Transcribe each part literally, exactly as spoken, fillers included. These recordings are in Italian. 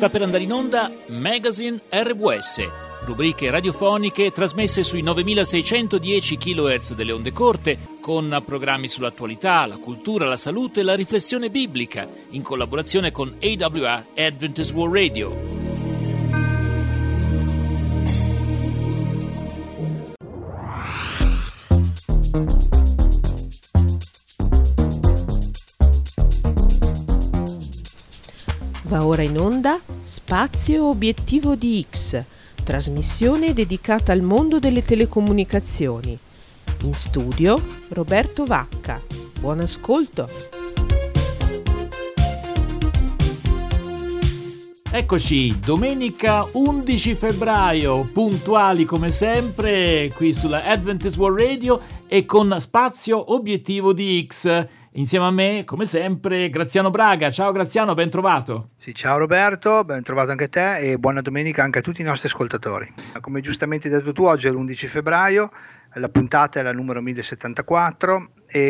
Sta per andare in onda Magazine R W S, rubriche radiofoniche trasmesse sui novemilaseicentodieci chilohertz delle onde corte, con programmi sull'attualità, la cultura, la salute e la riflessione biblica, in collaborazione con A W R Adventist World Radio. Va ora in onda Spazio Obiettivo di X, trasmissione dedicata al mondo delle telecomunicazioni. In studio Roberto Vacca. Buon ascolto. Eccoci, domenica undici febbraio, puntuali come sempre, qui sulla Adventist World Radio e con Spazio Obiettivo di X. Insieme a me, come sempre, Graziano Braga. Ciao Graziano, ben trovato. Sì, ciao Roberto, ben trovato anche te e buona domenica anche a tutti i nostri ascoltatori. Come giustamente hai detto tu, oggi è l'undici febbraio, la puntata è la numero mille settantaquattro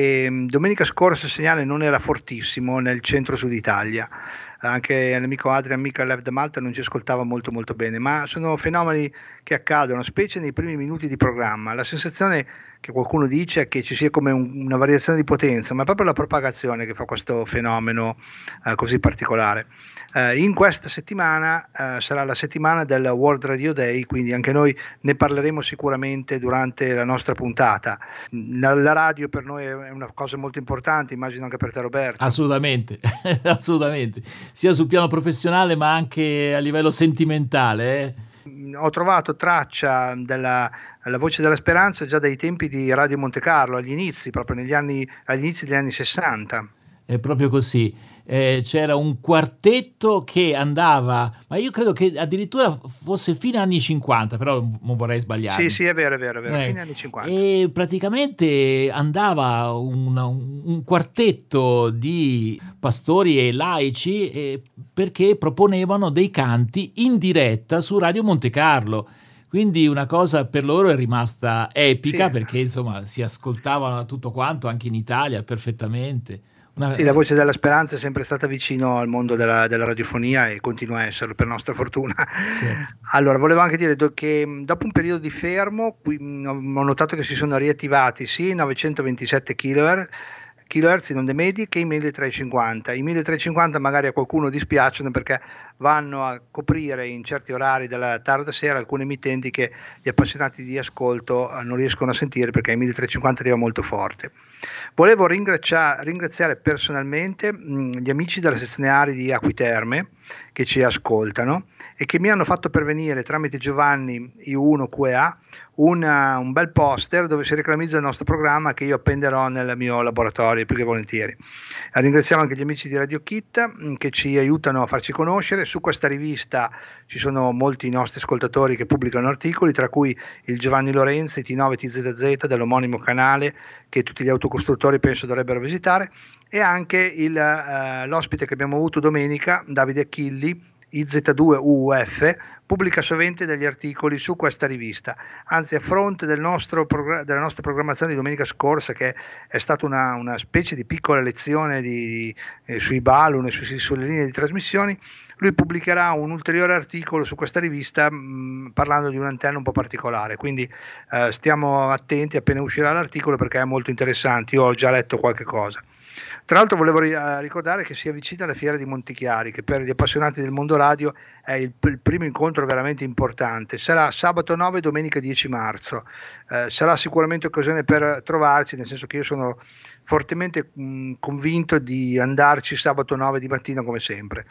e domenica scorsa il segnale non era fortissimo nel centro-sud Italia. Anche l'amico Adrian Mikalev da Malta non ci ascoltava molto molto bene, ma sono fenomeni che accadono, specie nei primi minuti di programma. La sensazione che qualcuno dice è che ci sia come un, una variazione di potenza, ma è proprio la propagazione che fa questo fenomeno eh, così particolare. Eh, in questa settimana eh, sarà la settimana del World Radio Day, quindi anche noi ne parleremo sicuramente durante la nostra puntata. La, la radio per noi è una cosa molto importante, immagino anche per te Roberto. Assolutamente, assolutamente, sia sul piano professionale ma anche a livello sentimentale. Eh. Ho trovato traccia della la Voce della Speranza già dai tempi di Radio Monte Carlo, agli inizi, proprio negli anni, agli inizi degli anni sessanta. È proprio così. Eh, c'era un quartetto che andava, ma io credo che addirittura fosse fine anni cinquanta, però non vorrei sbagliare. Sì, sì, è vero, è vero, è vero, eh, fine anni cinquanta. E praticamente andava un, un quartetto di pastori e laici eh, perché proponevano dei canti in diretta su Radio Monte Carlo. Quindi una cosa per loro è rimasta epica, sì, perché insomma si ascoltavano tutto quanto anche in Italia perfettamente. Una... Sì, la Voce della Speranza è sempre stata vicino al mondo della, della radiofonia e continua a esserlo per nostra fortuna. Certo. Allora, volevo anche dire che dopo un periodo di fermo qui, ho notato che si sono riattivati sì i novecentoventisette chilohertz in onde medie che i milletrecentocinquanta. I milletrecentocinquanta magari a qualcuno dispiacciono perché vanno a coprire in certi orari della tarda sera alcune emittenti che gli appassionati di ascolto non riescono a sentire perché i milletrecentocinquanta arriva molto forte. Volevo ringraziare, ringraziare personalmente mh, gli amici della sezione Ari di Acquiterme che ci ascoltano e che mi hanno fatto pervenire tramite Giovanni I uno Q A una, un bel poster dove si reclamizza il nostro programma che io appenderò nel mio laboratorio più che volentieri. Ringraziamo anche gli amici di Radio Kit mh, che ci aiutano a farci conoscere. Su questa rivista ci sono molti nostri ascoltatori che pubblicano articoli, tra cui il Giovanni Lorenzi, T nove T Z Z dell'omonimo canale che tutti gli autocostruttori penso dovrebbero visitare, e anche il, uh, l'ospite che abbiamo avuto domenica, Davide Achilli, I Z due U U F, pubblica sovente degli articoli su questa rivista. Anzi, a fronte del nostro progr- della nostra programmazione di domenica scorsa, che è stata una, una specie di piccola lezione di, eh, sui balloon e su, sulle linee di trasmissioni, lui pubblicherà un ulteriore articolo su questa rivista mh, parlando di un'antenna un po' particolare, quindi eh, stiamo attenti appena uscirà l'articolo perché è molto interessante. Io ho già letto qualche cosa. Tra l'altro volevo ricordare che si avvicina la Fiera di Montichiari, che per gli appassionati del mondo radio è il, il primo incontro veramente importante. Sarà sabato nove e domenica dieci marzo. Eh, sarà sicuramente occasione per trovarci, nel senso che io sono fortemente mh, convinto di andarci sabato nove di mattina come sempre.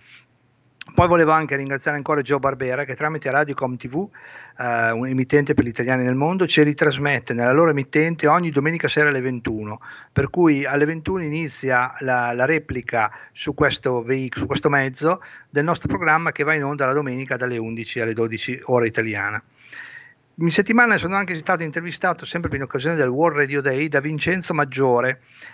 Poi volevo anche ringraziare ancora Joe Barbera che tramite Radiocom tivù, eh, un emittente per gli italiani nel mondo, ci ritrasmette nella loro emittente ogni domenica sera alle ventuno, per cui alle ventuno inizia la, la replica su questo, veicolo, su questo mezzo del nostro programma che va in onda la domenica dalle undici alle dodici ora italiana. In settimana sono anche stato intervistato, sempre in occasione del World Radio Day, da Vincenzo Maggiore,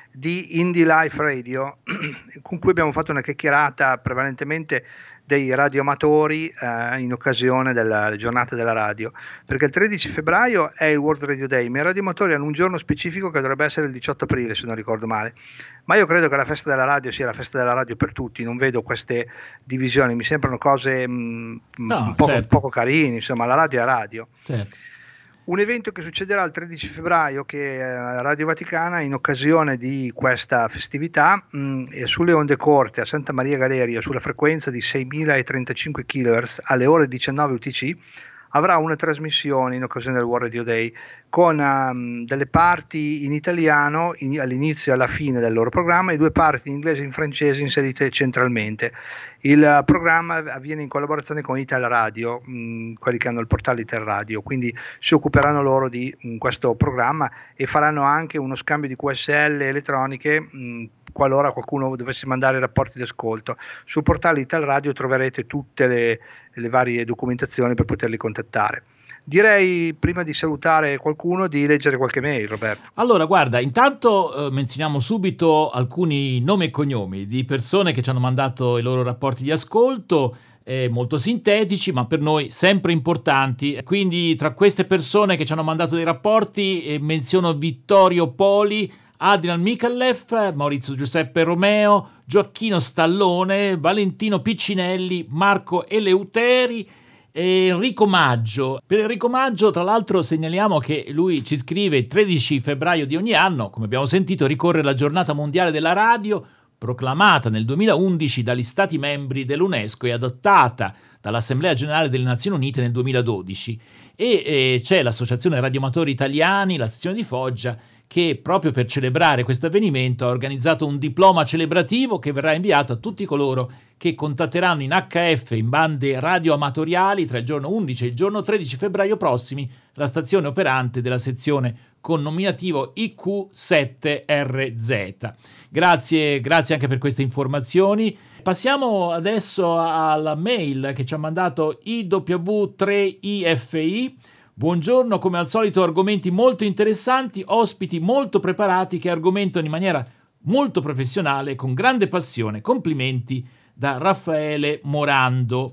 di Indie Life Radio, con cui abbiamo fatto una chiacchierata prevalentemente dei radioamatori eh, in occasione della giornata della radio, perché il tredici febbraio è il World Radio Day, ma i radioamatori hanno un giorno specifico che dovrebbe essere il diciotto aprile, se non ricordo male. Ma io credo che la festa della radio sia la festa della radio per tutti, non vedo queste divisioni, mi sembrano cose mh, no, un, poco, certo. un poco carine, insomma, la radio è radio. Certo. Un evento che succederà il tredici febbraio, che è Radio Vaticana, in occasione di questa festività, mh, sulle onde corte a Santa Maria Galeria, sulla frequenza di seimilatrentacinque kilohertz alle ore diciannove U T C, avrà una trasmissione in occasione del World Radio Day con um, delle parti in italiano in, all'inizio e alla fine del loro programma e due parti in inglese e in francese inserite centralmente. Il uh, programma avviene in collaborazione con Ital Radio, mh, quelli che hanno il portale Ital Radio, quindi si occuperanno loro di mh, questo programma e faranno anche uno scambio di Q S L elettroniche mh, qualora qualcuno dovesse mandare rapporti di ascolto. Sul portale Ital Radio troverete tutte le, le varie documentazioni per poterli contattare. Direi, prima di salutare qualcuno, di leggere qualche mail, Roberto. Allora, guarda, intanto eh, menzioniamo subito alcuni nomi e cognomi di persone che ci hanno mandato i loro rapporti di ascolto, eh, molto sintetici, ma per noi sempre importanti. Quindi tra queste persone che ci hanno mandato dei rapporti eh, menziono Vittorio Poli, Adrian Micallef, Maurizio Giuseppe Romeo, Gioacchino Stallone, Valentino Piccinelli, Marco Eleuteri e Enrico Maggio. Per Enrico Maggio, tra l'altro, segnaliamo che lui ci scrive il tredici febbraio di ogni anno, come abbiamo sentito, ricorre la giornata mondiale della radio, proclamata nel duemilaundici dagli Stati membri dell'UNESCO e adottata dall'Assemblea Generale delle Nazioni Unite nel duemiladodici. E, e c'è l'Associazione Radioamatori Italiani, la sezione di Foggia, che proprio per celebrare questo avvenimento ha organizzato un diploma celebrativo che verrà inviato a tutti coloro che contatteranno in H F in bande radioamatoriali tra il giorno undici e il giorno tredici febbraio prossimi la stazione operante della sezione con nominativo I Q sette R Z. Grazie, grazie anche per queste informazioni. Passiamo adesso alla mail che ci ha mandato I W tre I F I. Buongiorno, come al solito argomenti molto interessanti, ospiti molto preparati che argomentano in maniera molto professionale, con grande passione. Complimenti da Raffaele Morando.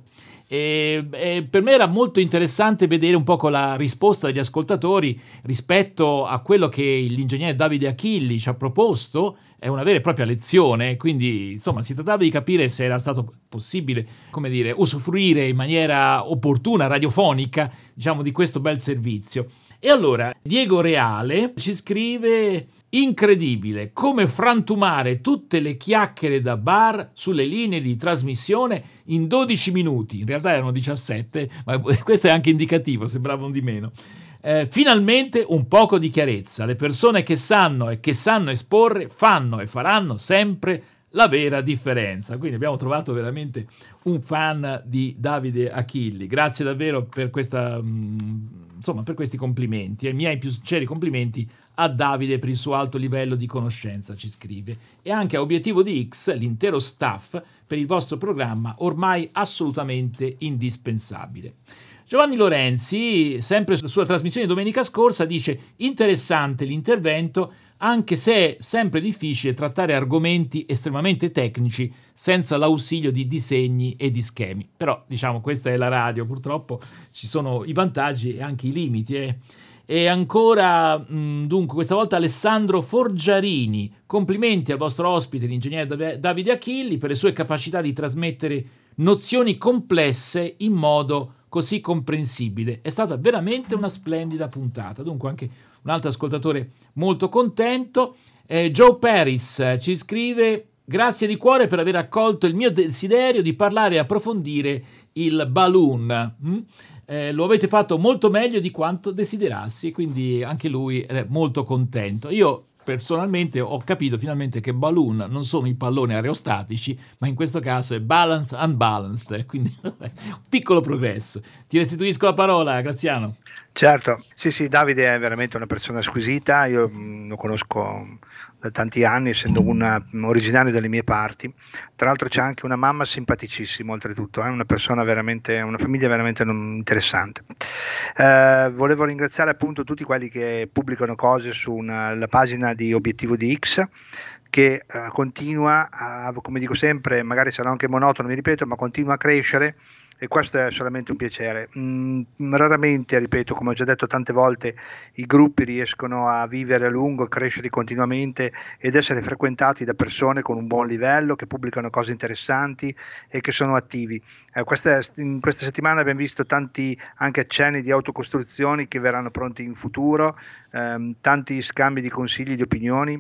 E, e per me era molto interessante vedere un po' la risposta degli ascoltatori rispetto a quello che l'ingegnere Davide Achilli ci ha proposto. È una vera e propria lezione, quindi insomma si trattava di capire se era stato possibile, come dire, usufruire in maniera opportuna, radiofonica, diciamo, di questo bel servizio. E allora Diego Reale ci scrive: incredibile come frantumare tutte le chiacchiere da bar sulle linee di trasmissione in dodici minuti, in realtà erano diciassette, ma questo è anche indicativo, sembravano di meno. Eh, finalmente un poco di chiarezza. Le persone che sanno e che sanno esporre fanno e faranno sempre la vera differenza. Quindi abbiamo trovato veramente un fan di Davide Achilli. Grazie davvero per questa, insomma, per questi complimenti. E i miei più sinceri complimenti a Davide per il suo alto livello di conoscenza, ci scrive. E anche a Obiettivo di X, l'intero staff, per il vostro programma ormai assolutamente indispensabile. Giovanni Lorenzi, sempre sulla sua trasmissione domenica scorsa, dice: interessante l'intervento, anche se è sempre difficile trattare argomenti estremamente tecnici senza l'ausilio di disegni e di schemi. Però, diciamo, questa è la radio, purtroppo ci sono i vantaggi e anche i limiti. Eh. E ancora, mh, dunque, questa volta Alessandro Forgiarini. Complimenti al vostro ospite, l'ingegnere Davide Achilli, per le sue capacità di trasmettere nozioni complesse in modo così comprensibile. È stata veramente una splendida puntata. Dunque anche un altro ascoltatore molto contento. eh, Joe Paris eh, ci scrive: grazie di cuore per aver accolto il mio desiderio di parlare e approfondire il balloon. mm? Eh, lo avete fatto molto meglio di quanto desiderassi, quindi anche lui è molto contento. Io personalmente ho capito finalmente che balloon non sono i palloni aerostatici, ma in questo caso è balance unbalanced, quindi un piccolo progresso. Ti restituisco la parola, Graziano. Certo, sì sì, Davide è veramente una persona squisita, io mh, lo conosco da tanti anni, essendo un originario delle mie parti. Tra l'altro c'è anche una mamma simpaticissima, oltretutto, è eh? una persona veramente, una famiglia veramente interessante. Eh, volevo ringraziare appunto tutti quelli che pubblicano cose sulla pagina di Obiettivo di X, che eh, continua a, come dico sempre, magari sarà anche monotono, mi ripeto, ma continua a crescere, e questo è solamente un piacere. Mm, raramente, ripeto, come ho già detto tante volte, i gruppi riescono a vivere a lungo, crescere continuamente ed essere frequentati da persone con un buon livello, che pubblicano cose interessanti e che sono attivi. Eh, questa, in questa settimana abbiamo visto tanti anche accenni di autocostruzioni che verranno pronti in futuro, ehm, tanti scambi di consigli, di opinioni.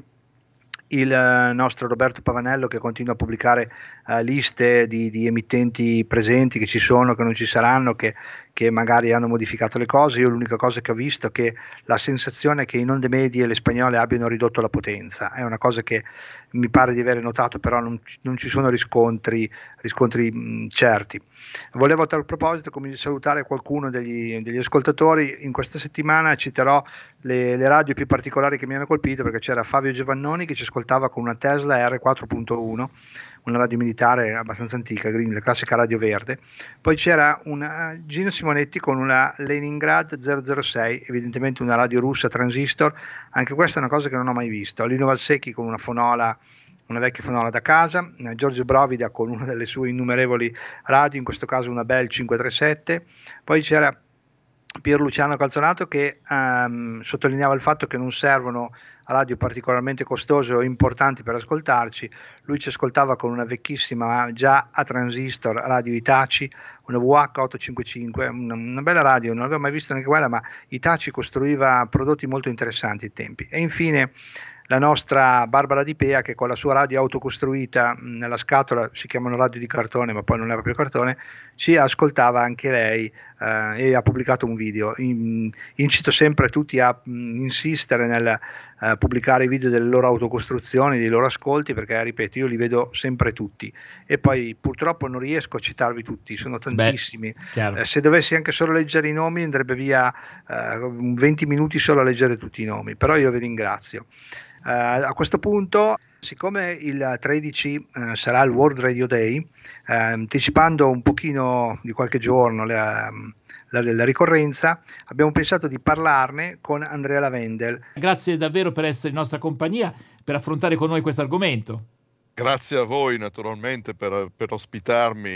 Il nostro Roberto Pavanello, che continua a pubblicare uh, liste di, di emittenti presenti, che ci sono, che non ci saranno, che, che magari hanno modificato le cose. Io l'unica cosa che ho visto è che la sensazione è che in onde medie le spagnole abbiano ridotto la potenza, è una cosa che mi pare di aver notato, però non, non ci sono riscontri, riscontri mh, certi. Volevo a tal proposito come salutare qualcuno degli, degli ascoltatori. In questa settimana citerò le, le radio più particolari che mi hanno colpito, perché c'era Fabio Giovannoni che ci ascoltava con una Tesla R quattro punto uno, una radio militare abbastanza antica, la classica radio verde. Poi c'era una Gino Simonetti con una Leningrad zero zero sei, evidentemente una radio russa transistor, anche questa è una cosa che non ho mai visto. Lino Valsecchi con una fonola, una vecchia fonola da casa, Giorgio Brovida con una delle sue innumerevoli radio, in questo caso una Bell cinquecentotrentasette. Poi c'era Pier Luciano Calzonato che um, sottolineava il fatto che non servono radio particolarmente costose o importanti per ascoltarci. Lui ci ascoltava con una vecchissima, già a transistor, radio Hitachi, una W H ottocentocinquantacinque, una, una bella radio, non avevo mai visto neanche quella, ma Hitachi costruiva prodotti molto interessanti ai tempi. E infine la nostra Barbara Di Pea, che con la sua radio autocostruita nella scatola, si chiamano radio di cartone ma poi non è proprio cartone, ci ascoltava anche lei eh, e ha pubblicato un video. In, incito sempre tutti a mh, insistere nel uh, pubblicare i video delle loro autocostruzioni, dei loro ascolti, perché ripeto, io li vedo sempre tutti e poi purtroppo non riesco a citarvi tutti, sono tantissimi. Beh, eh, se dovessi anche solo leggere i nomi andrebbe via uh, venti minuti solo a leggere tutti i nomi, però io vi ringrazio. Uh, a questo punto, siccome il tredici uh, sarà il World Radio Day, uh, anticipando un pochino di qualche giorno la, la, la ricorrenza, abbiamo pensato di parlarne con Andrea Lavendel. Grazie davvero per essere in nostra compagnia, per affrontare con noi questo argomento. Grazie a voi naturalmente per, per ospitarmi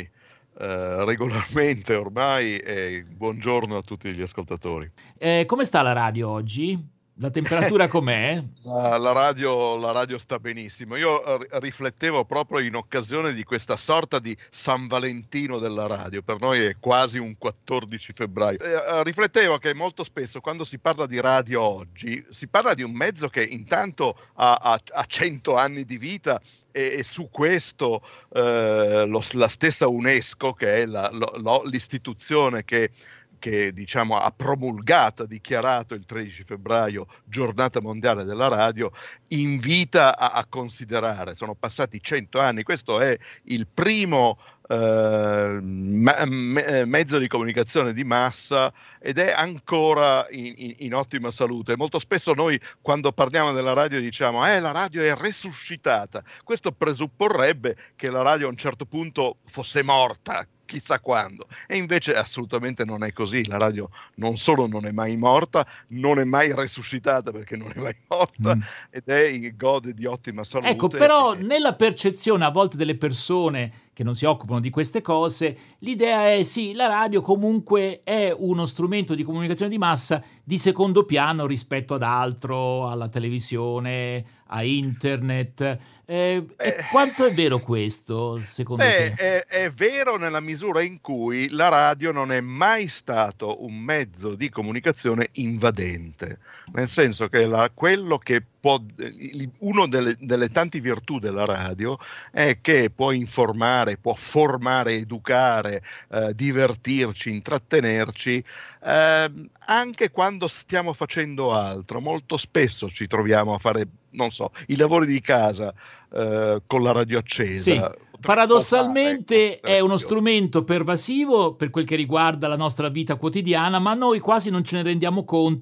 eh, regolarmente ormai, e buongiorno a tutti gli ascoltatori. Eh, come sta la radio oggi? La temperatura com'è? La, la, radio, la radio sta benissimo. Io r- riflettevo proprio in occasione di questa sorta di San Valentino della radio, per noi è quasi un quattordici febbraio. Eh, riflettevo che molto spesso quando si parla di radio oggi, si parla di un mezzo che intanto ha, ha, ha cento anni di vita, e, e su questo eh, lo, la stessa UNESCO, che è la, lo, l'istituzione che che diciamo ha promulgato, ha dichiarato il tredici febbraio giornata mondiale della radio, invita a, a considerare. Sono passati cento anni, questo è il primo eh, me, me, mezzo di comunicazione di massa ed è ancora in, in, in ottima salute. Molto spesso noi quando parliamo della radio diciamo eh la radio è resuscitata, questo presupporrebbe che la radio a un certo punto fosse morta, chissà quando, e invece assolutamente non è così. La radio non solo non è mai morta, non è mai resuscitata perché non è mai morta, mm. ed è gode di ottima salute. Ecco, però e... nella percezione a volte delle persone che non si occupano di queste cose, l'idea è sì, la radio comunque è uno strumento di comunicazione di massa di secondo piano rispetto ad altro, alla televisione, a internet. Eh, eh, quanto è vero questo, secondo beh, te? È, è vero nella misura in cui la radio non è mai stato un mezzo di comunicazione invadente, nel senso che la, quello che può, uno delle, delle tante virtù della radio è che può informare, può formare, educare, eh, divertirci, intrattenerci, eh, anche quando stiamo facendo altro. Molto spesso ci troviamo a fare, non so, i lavori di casa eh, con la radio accesa. Sì. Paradossalmente è uno strumento pervasivo per quel che riguarda la nostra vita quotidiana, ma noi quasi non ce ne rendiamo conto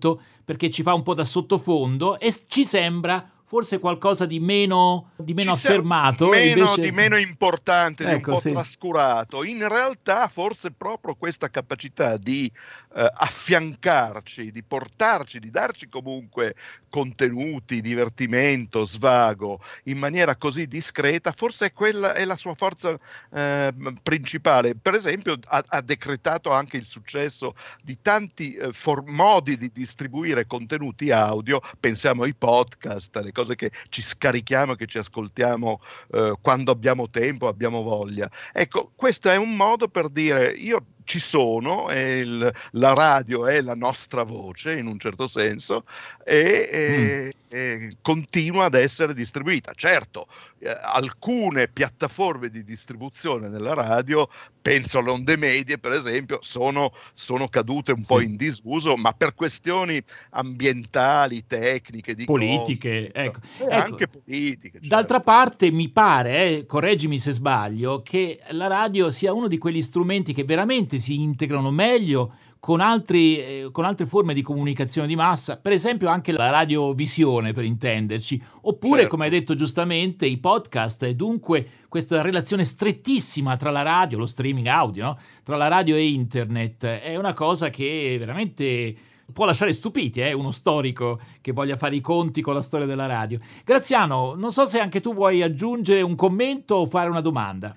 perché ci fa un po' da sottofondo e ci sembra forse qualcosa di meno, di meno affermato. Meno, invece... di meno importante, ecco, di un po' sì. trascurato. In realtà forse proprio questa capacità di eh, affiancarci, di portarci, di darci comunque contenuti, divertimento, svago in maniera così discreta, forse è quella è la sua forza eh, principale. Per esempio ha, ha decretato anche il successo di tanti eh, for- modi di distribuire contenuti audio, pensiamo ai podcast, le cose che ci scarichiamo, che ci ascoltiamo eh, quando abbiamo tempo, abbiamo voglia. Ecco, questo è un modo per dire io ci sono, e il, la radio è la nostra voce in un certo senso e, e, mm. e continua ad essere distribuita. Certo, eh, alcune piattaforme di distribuzione della radio, penso alle onde medie per esempio, sono, sono cadute un sì. po' in disuso, ma per questioni ambientali, tecniche, di politiche, costo, ecco. E ecco. anche politiche. Certo. D'altra parte mi pare, eh, correggimi se sbaglio, che la radio sia uno di quegli strumenti che veramente si integrano meglio con, altri, eh, con altre forme di comunicazione di massa, per esempio anche la radiovisione, per intenderci, oppure certo. come hai detto giustamente i podcast, e dunque questa relazione strettissima tra la radio, lo streaming audio, no? Tra la radio e internet è una cosa che veramente può lasciare stupiti, eh? Uno storico che voglia fare i conti con la storia della radio. Graziano, non so se anche tu vuoi aggiungere un commento o fare una domanda.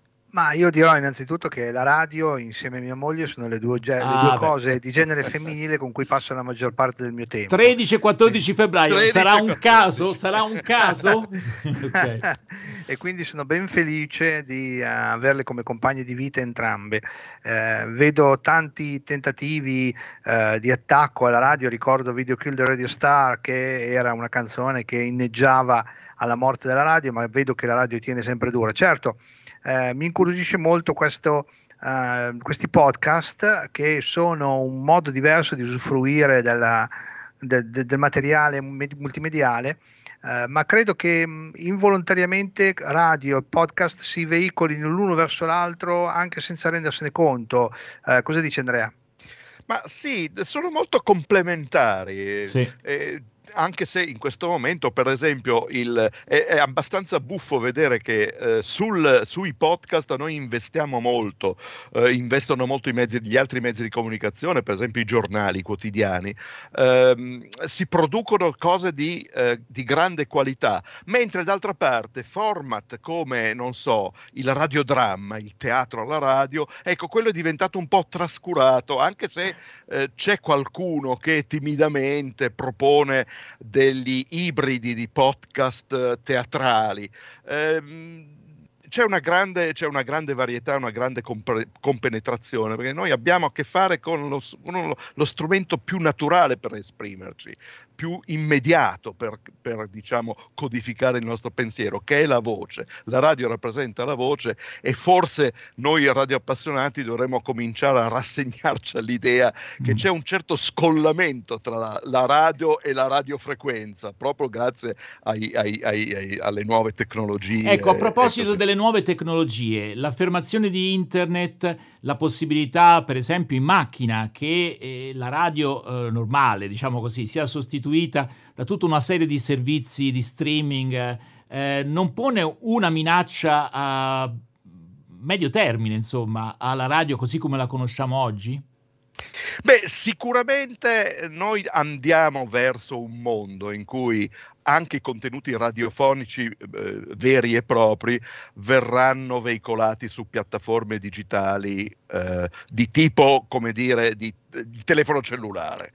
Ma io dirò innanzitutto che la radio insieme a mia moglie sono le due, ge- ah, le due beh. cose di genere femminile con cui passo la maggior parte del mio tempo. tredici e quattordici febbraio, tredici sarà un caso? Sarà un caso? Okay. E quindi sono ben felice di uh, averle come compagne di vita entrambe. Uh, vedo tanti tentativi uh, di attacco alla radio, ricordo Video Kill the Radio Star, che era una canzone che inneggiava alla morte della radio, ma vedo che la radio tiene sempre dura. Certo, Eh, mi incuriosisce molto questo, eh, questi podcast, che sono un modo diverso di usufruire della, de, de, del materiale multimediale, eh, ma credo che mh, involontariamente radio e podcast si veicolino l'uno verso l'altro anche senza rendersene conto. Eh, cosa dice Andrea? Ma sì, sono molto complementari. Sì. Eh, anche se in questo momento, per esempio, il, è, è abbastanza buffo vedere che eh, sul, sui podcast noi investiamo molto, eh, investono molto i mezzi, gli altri mezzi di comunicazione, per esempio i giornali quotidiani, ehm, si producono cose di, eh, di grande qualità, mentre d'altra parte format come, non so, il radiodramma, il teatro alla radio, ecco, quello è diventato un po' trascurato, anche se eh, c'è qualcuno che timidamente propone degli ibridi di podcast teatrali. Ehm, c'è una grande, c'è una grande varietà, una grande compre- compenetrazione, perché noi abbiamo a che fare con lo, con lo strumento più naturale per esprimerci, più immediato per, per diciamo codificare il nostro pensiero, che è la voce. La radio rappresenta la voce e forse noi radioappassionati dovremmo cominciare a rassegnarci all'idea che mm. c'è un certo scollamento tra la, la radio e la radiofrequenza, proprio grazie ai, ai, ai, ai, alle nuove tecnologie. Ecco, a proposito delle nuove tecnologie, l'affermazione di internet, la possibilità per esempio in macchina che eh, la radio eh, normale, diciamo così, sia sostituita da tutta una serie di servizi di streaming, eh, non pone una minaccia a medio termine, insomma, alla radio così come la conosciamo oggi? Beh, sicuramente noi andiamo verso un mondo in cui anche i contenuti radiofonici eh, veri e propri verranno veicolati su piattaforme digitali eh, di tipo, come dire, di, di telefono cellulare.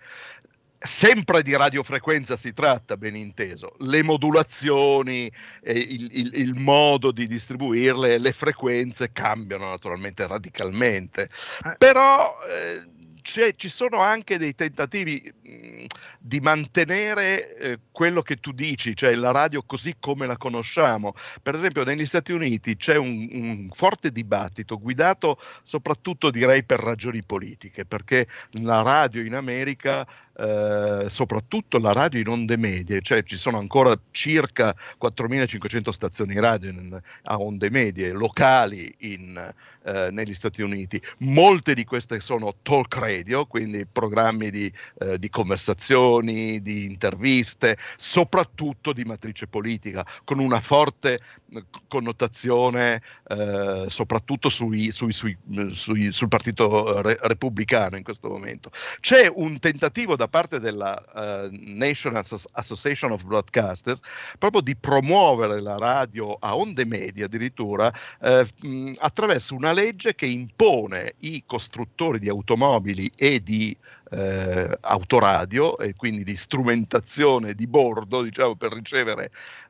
Sempre di radiofrequenza si tratta, ben inteso. Le modulazioni, eh, il, il, il modo di distribuirle, le frequenze cambiano naturalmente radicalmente, però eh, c'è, ci sono anche dei tentativi mh, di mantenere eh, quello che tu dici, cioè la radio così come la conosciamo. Per esempio negli Stati Uniti c'è un, un forte dibattito guidato soprattutto, direi, per ragioni politiche, perché la radio in America eh, soprattutto la radio in onde medie, cioè ci sono ancora circa quattromilacinquecento stazioni radio in, a onde medie locali in, eh, negli Stati Uniti. Molte di queste sono talk radio, quindi programmi di, eh, di conversazioni, di interviste, soprattutto di matrice politica, con una forte connotazione eh, soprattutto sui, sui, sui, sui, sul partito re, repubblicano in questo momento. C'è un tentativo da parte della uh, National Association of Broadcasters proprio di promuovere la radio a onde medie addirittura eh, mh, attraverso una legge che impone i costruttori di automobili e di Eh, autoradio e quindi di strumentazione di bordo, diciamo, per ricevere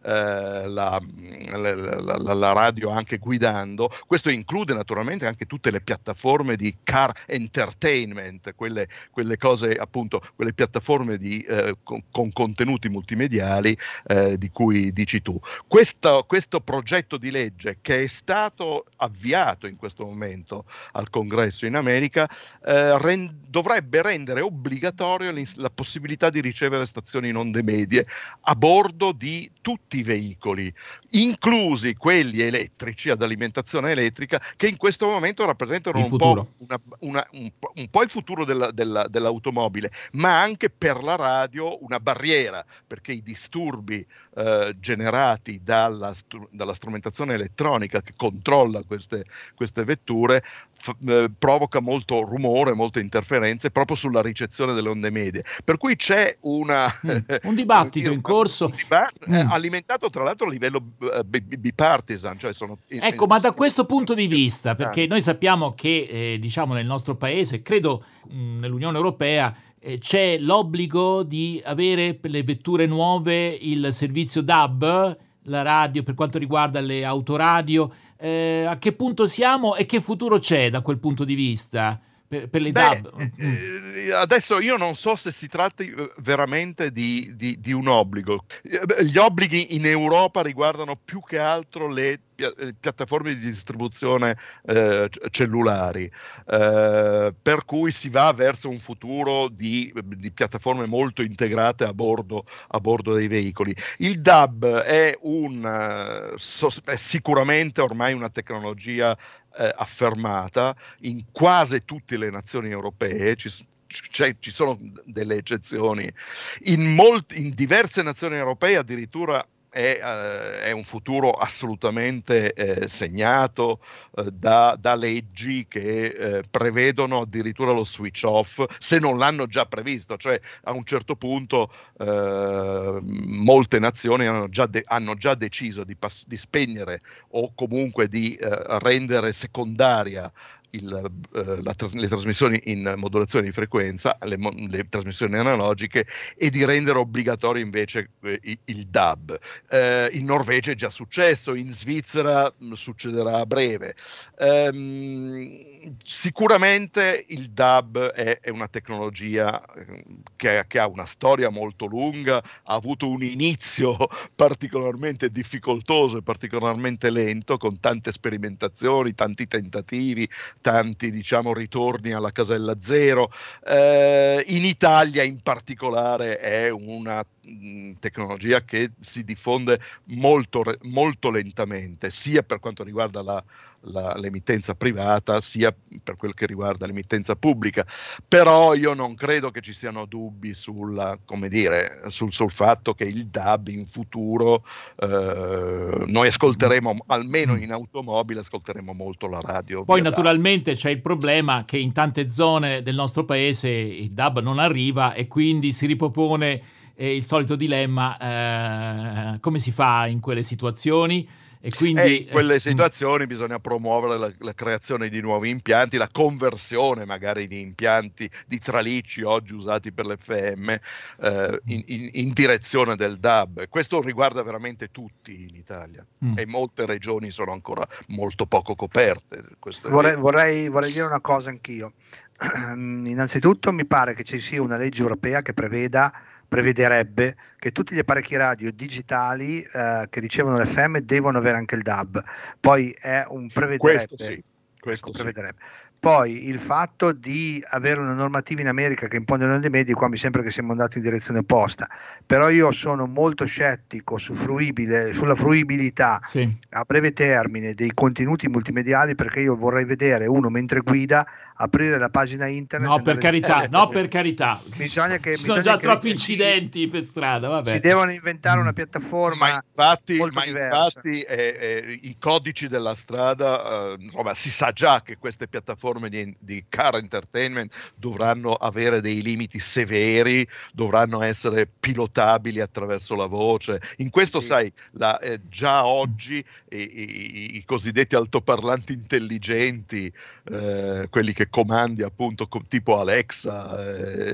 eh, la, la, la, la radio anche guidando. Questo include naturalmente anche tutte le piattaforme di car entertainment, quelle, quelle cose appunto, quelle piattaforme di, eh, con, con contenuti multimediali eh, di cui dici tu. Questo, questo progetto di legge, che è stato avviato in questo momento al Congresso in America, eh, rend- dovrebbe rendere obbligatorio la possibilità di ricevere stazioni in onde medie a bordo di tutti i veicoli, inclusi quelli elettrici ad alimentazione elettrica, che in questo momento rappresentano un po', una, una, un, po', un po' il futuro della, della, dell'automobile, ma anche per la radio una barriera, perché i disturbi eh, generati dalla, stru- dalla strumentazione elettronica che controlla queste, queste vetture f- eh, provoca molto rumore, molte interferenze proprio sulla ricezione delle onde medie, per cui c'è una, mm, un dibattito dire, in corso un dibattito, mm. eh, alimentato tra l'altro a livello uh, bipartisan, cioè sono in, ecco in, ma da sono, questo punto di vista, perché noi sappiamo che eh, diciamo nel nostro paese, credo mh, nell'Unione Europea, eh, c'è l'obbligo di avere per le vetture nuove il servizio D A B, la radio per quanto riguarda le autoradio. Eh, a che punto siamo e che futuro c'è da quel punto di vista? Per, per le Beh, D A B. eh, adesso io non so se si tratti veramente di, di, di un obbligo. Gli obblighi in Europa riguardano più che altro le piattaforme di distribuzione eh, cellulari, eh, per cui si va verso un futuro di, di piattaforme molto integrate a bordo, a bordo dei veicoli. Il D A B è, un, è sicuramente ormai una tecnologia eh, affermata in quasi tutte le nazioni europee. Ci, Cioè, ci sono delle eccezioni in, molti, in diverse nazioni europee, addirittura è, uh, è un futuro assolutamente eh, segnato uh, da, da leggi che eh, prevedono addirittura lo switch off, se non l'hanno già previsto, cioè a un certo punto uh, molte nazioni hanno già, de- hanno già deciso di, pass- di spegnere o comunque di uh, rendere secondaria Il, uh, la tras- le trasmissioni in modulazione di frequenza, le, mo- le trasmissioni analogiche, e di rendere obbligatorio invece eh, il, il D A B. Eh, in Norvegia è già successo, in Svizzera mh, succederà a breve. Ehm, sicuramente il D A B è, è una tecnologia che, che ha una storia molto lunga, ha avuto un inizio particolarmente difficoltoso e particolarmente lento, con tante sperimentazioni, tanti tentativi, tanti diciamo ritorni alla casella zero. Eh, in Italia in particolare è una mh, tecnologia che si diffonde molto, molto lentamente, sia per quanto riguarda la, la, l'emittenza privata, sia per quel che riguarda l'emittenza pubblica. Però io non credo che ci siano dubbi sulla, come dire, sul, sul fatto che il D A B in futuro eh, noi ascolteremo, almeno in automobile, ascolteremo molto la radio. Poi naturalmente c'è il problema che in tante zone del nostro paese il D A B non arriva e quindi si ripropone eh, il solito dilemma, eh, come si fa in quelle situazioni? E quindi e in quelle eh, situazioni bisogna promuovere la, la creazione di nuovi impianti, la conversione magari di impianti di tralicci oggi usati per l'F M eh, in, in, in direzione del D A B. Questo riguarda veramente tutti in Italia mm. e molte regioni sono ancora molto poco coperte. Vorrei, vorrei, vorrei dire una cosa anch'io. Innanzitutto mi pare che ci sia una legge europea che preveda prevederebbe che tutti gli apparecchi radio digitali eh, che ricevono l'F M devono avere anche il D A B. Poi è un prevederebbe. Questo sì, questo ecco, prevederebbe. sì. Poi il fatto di avere una normativa in America che impone le onde medie, qua mi sembra che siamo andati in direzione opposta, però io sono molto scettico su fruibile, sulla fruibilità sì. a breve termine dei contenuti multimediali, perché io vorrei vedere uno mentre guida aprire la pagina internet. No, per carità, no, per carità. Bisogna che, ci sono bisogna già che troppi si, incidenti per strada, vabbè. Si devono inventare una piattaforma ma infatti, molto ma diversa. infatti eh, eh, i codici della strada, eh, insomma, si sa già che queste piattaforme di, di car entertainment dovranno avere dei limiti severi, dovranno essere pilotabili attraverso la voce. In questo, sì. sai, la, eh, già oggi i, i, i cosiddetti altoparlanti intelligenti, eh, quelli che comandi appunto com, tipo Alexa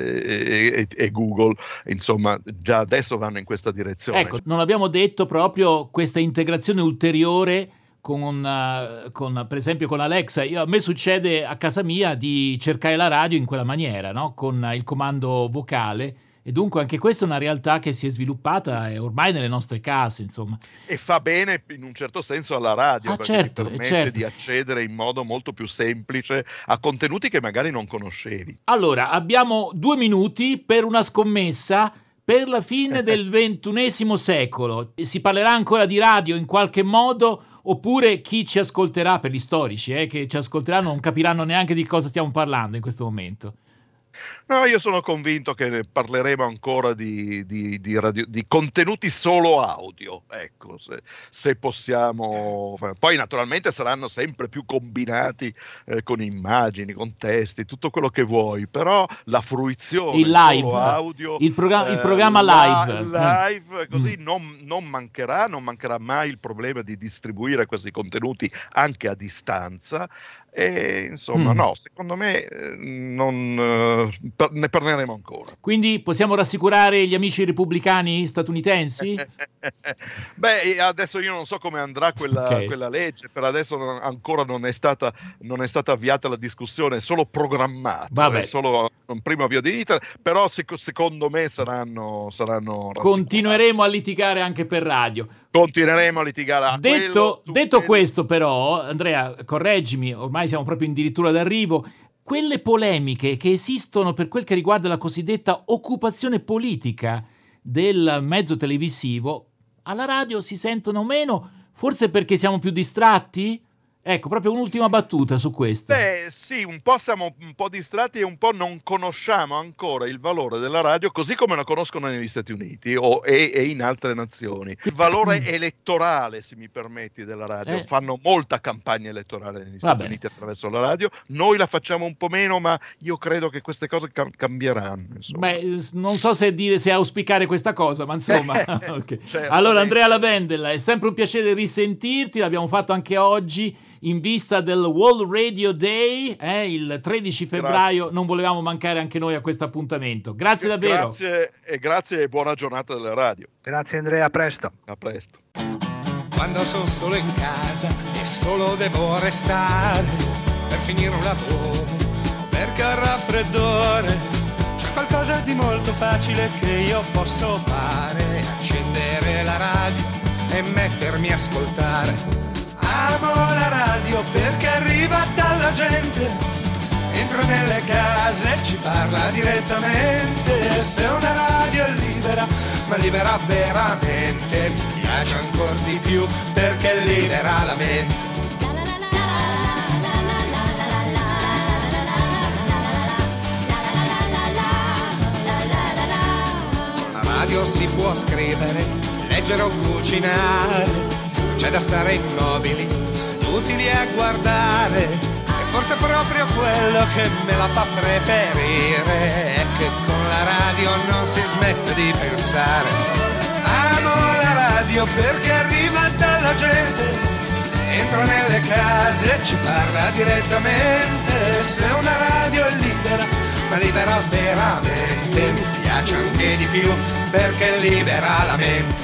eh, e, e Google, insomma, già adesso vanno in questa direzione. Ecco, non abbiamo detto proprio questa integrazione ulteriore con, uh, con per esempio con Alexa. Io, a me succede a casa mia di cercare la radio in quella maniera, no? Con il comando vocale, e dunque anche questa è una realtà che si è sviluppata e ormai nelle nostre case, insomma. E fa bene in un certo senso alla radio, ah, perché certo, ti permette certo. di accedere in modo molto più semplice a contenuti che magari non conoscevi. Allora, abbiamo due minuti per una scommessa per la fine del ventunesimo secolo. Si parlerà ancora di radio in qualche modo, oppure chi ci ascolterà, per gli storici eh, che ci ascolteranno, non capiranno neanche di cosa stiamo parlando in questo momento? No, io sono convinto che ne parleremo ancora di, di, di, radio, di contenuti solo audio, ecco, se, se possiamo. Poi naturalmente saranno sempre più combinati eh, con immagini, con testi, tutto quello che vuoi, però la fruizione il live, solo audio, il, proga- eh, il programma live, la, live così mm. non, non mancherà, non mancherà mai il problema di distribuire questi contenuti anche a distanza. E insomma, mm. no, secondo me eh, non, eh, per, ne parleremo ancora. Quindi possiamo rassicurare gli amici repubblicani statunitensi? Beh, adesso io non so come andrà quella, okay. quella legge, per adesso non, ancora non è stata non è stata avviata la discussione, è solo programmato, è solo un primo avvio di iter, però sec- secondo me saranno, saranno continueremo a litigare anche per radio. Continueremo a litigare a detto, quello, detto quello. Questo però, Andrea, correggimi, ormai siamo proprio addirittura d'arrivo, quelle polemiche che esistono per quel che riguarda la cosiddetta occupazione politica del mezzo televisivo, alla radio si sentono meno, forse perché siamo più distratti? Ecco, proprio un'ultima battuta su questo. Beh, sì, un po' siamo un po' distratti e un po' non conosciamo ancora il valore della radio così come lo conoscono negli Stati Uniti o, e, e in altre nazioni. Il valore elettorale, se mi permetti, della radio. Eh. Fanno molta campagna elettorale negli Stati Uniti attraverso la radio. Noi la facciamo un po' meno, ma io credo che queste cose cam- cambieranno. Insomma. Beh, non so se dire, se auspicare questa cosa, ma insomma. Okay. Certo, allora, Andrea Lavendel, è sempre un piacere risentirti. L'abbiamo fatto anche oggi in vista del World Radio Day, eh, il tredici febbraio. Grazie. Non volevamo mancare anche noi a questo appuntamento. Grazie davvero. Grazie e grazie e buona giornata della radio. Grazie Andrea, a presto. A presto. Quando sono solo in casa e solo devo restare per finire un lavoro, perché ho raffreddore, c'è qualcosa di molto facile che io posso fare: accendere la radio e mettermi a ascoltare. Amo la radio perché arriva dalla gente, entra nelle case e ci parla direttamente. Se una radio è libera, ma libera veramente, mi piace ancora di più perché libera la mente. Con la radio si può scrivere, leggere o cucinare. C'è da stare immobili, seduti lì a guardare. E forse proprio quello che me la fa preferire è che con la radio non si smette di pensare. Amo la radio perché arriva dalla gente, entra nelle case e ci parla direttamente. Se una radio è libera, ma libera veramente, mi piace anche di più perché libera la mente.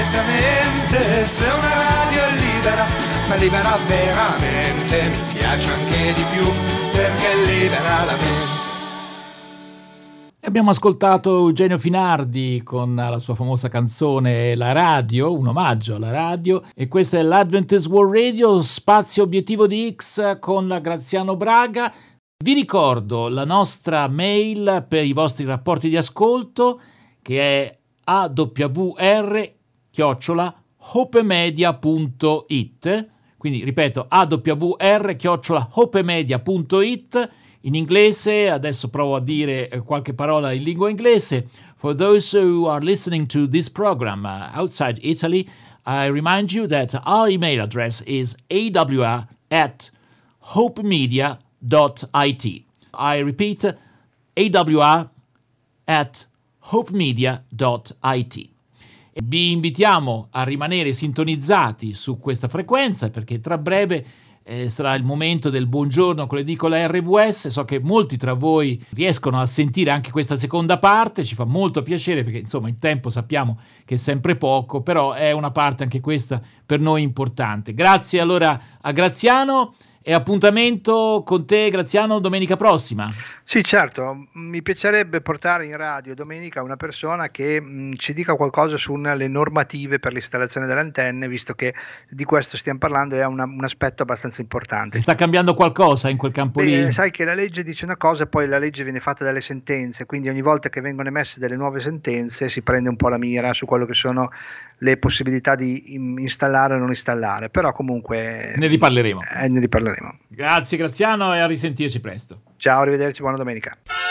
direttamente. Se una radio è libera, ma libera veramente, piace anche di più perché libera la mente. Abbiamo ascoltato Eugenio Finardi con la sua famosa canzone La Radio, un omaggio alla radio, e questa è l'Adventist World Radio, spazio obiettivo di X con la Graziano Braga. Vi ricordo la nostra mail per i vostri rapporti di ascolto, che è a w r chiocciola hopemedia punto it, quindi ripeto a w r chiocciola hopemedia punto it. In inglese, adesso provo a dire qualche parola in lingua inglese. For those who are listening to this program uh, outside Italy, I remind you that our email address is a w r at hopemedia dot i t. I repeat, a w r at hopemedia dot i t. Vi invitiamo a rimanere sintonizzati su questa frequenza, perché tra breve Eh, sarà il momento del buongiorno con l'edicola R V S. So che molti tra voi riescono a sentire anche questa seconda parte, ci fa molto piacere perché insomma il tempo sappiamo che è sempre poco, però è una parte anche questa per noi importante. Grazie allora a Graziano e appuntamento con te, Graziano, domenica prossima. Sì, certo, mi piacerebbe portare in radio domenica una persona che mh, ci dica qualcosa sulle normative per l'installazione delle antenne, visto che di questo stiamo parlando e è una, un aspetto abbastanza importante. Sta cambiando qualcosa in quel campo Beh, lì? Sai che la legge dice una cosa e poi la legge viene fatta dalle sentenze, quindi ogni volta che vengono emesse delle nuove sentenze si prende un po' la mira su quello che sono le possibilità di installare o non installare, però comunque ne riparleremo. Eh, ne riparleremo. Grazie Graziano e a risentirci presto. Ciao, arrivederci, buona domenica.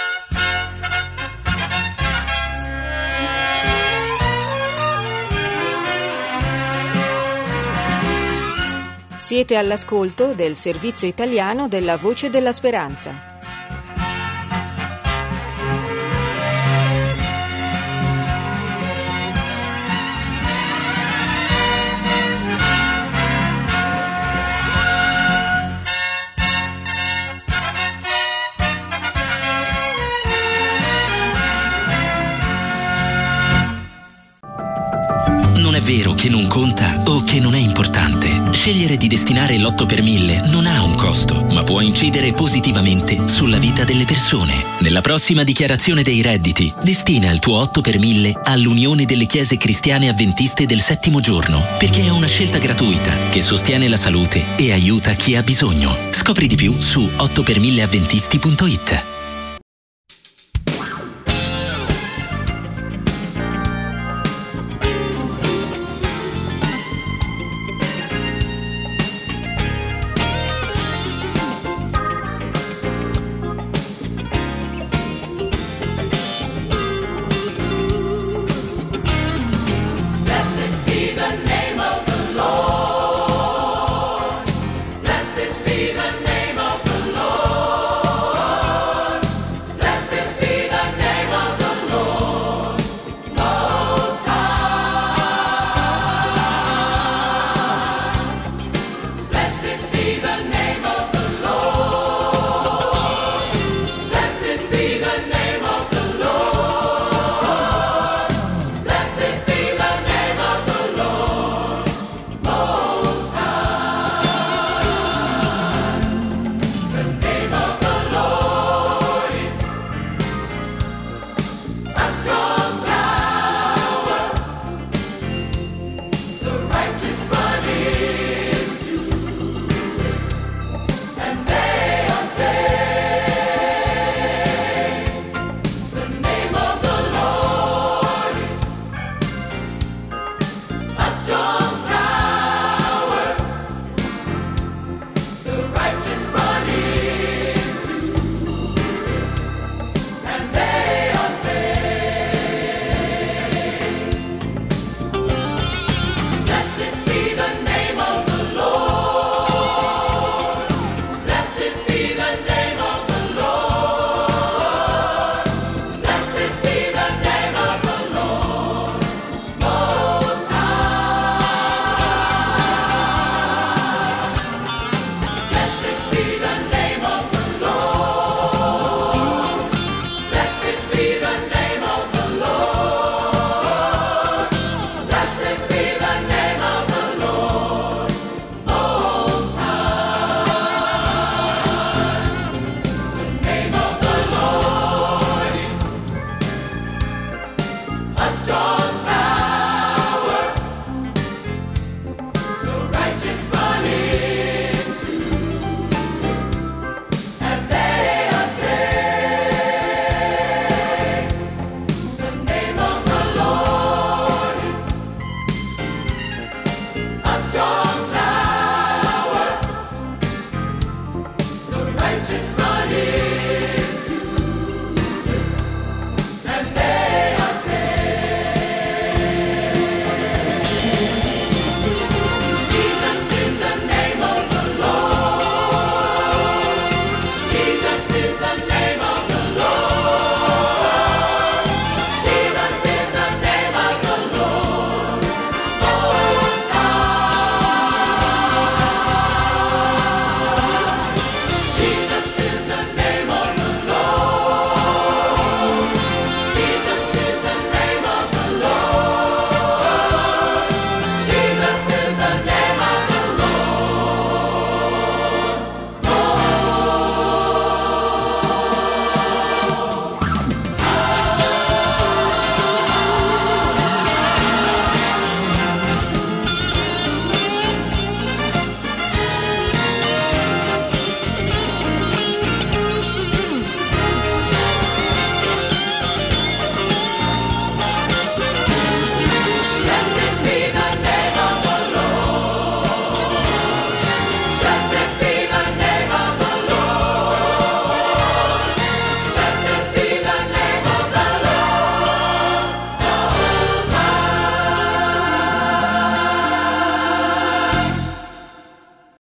Siete all'ascolto del servizio italiano della Voce della Speranza. Non è vero che non conta o che non è importante. Scegliere di destinare l'otto per mille non ha un costo, ma può incidere positivamente sulla vita delle persone. Nella prossima dichiarazione dei redditi, destina il tuo otto per mille all'Unione delle Chiese Cristiane Adventiste del Settimo Giorno, perché è una scelta gratuita che sostiene la salute e aiuta chi ha bisogno. Scopri di più su otto per mille avventisti punto it.